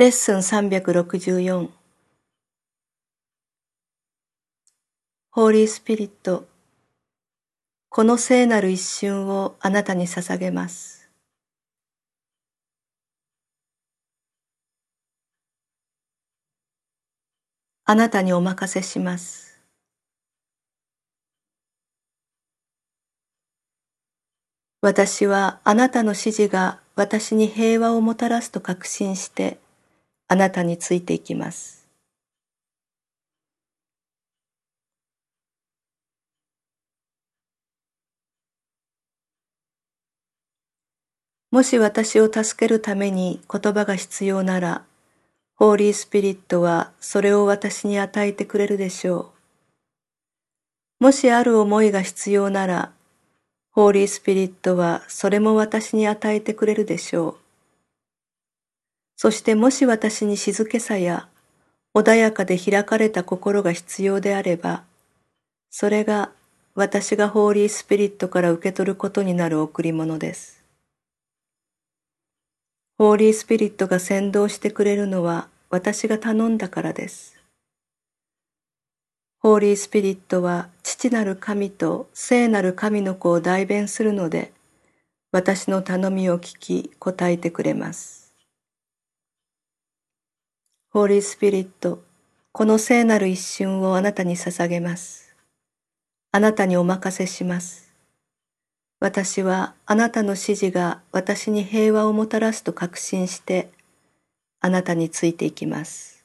レッスン364ホーリースピリット、この聖なる一瞬をあなたに捧げます。あなたにお任せします。私はあなたの指示が私に平和をもたらすと確信してあなたについていきます。もし私を助けるために言葉が必要なら、ホーリースピリットはそれを私に与えてくれるでしょう。もしある思いが必要なら、ホーリースピリットはそれも私に与えてくれるでしょう。そしてもし私に静けさや穏やかで開かれた心が必要であれば、それが私がホーリースピリットから受け取ることになる贈り物です。ホーリースピリットが先導してくれるのは私が頼んだからです。ホーリースピリットは父なる神と聖なる神の子を代弁するので、私の頼みを聞き答えてくれます。ホーリースピリット、この聖なる一瞬をあなたに捧げます。あなたにお任せします。私はあなたの指示が私に平和をもたらすと確信して、あなたについていきます。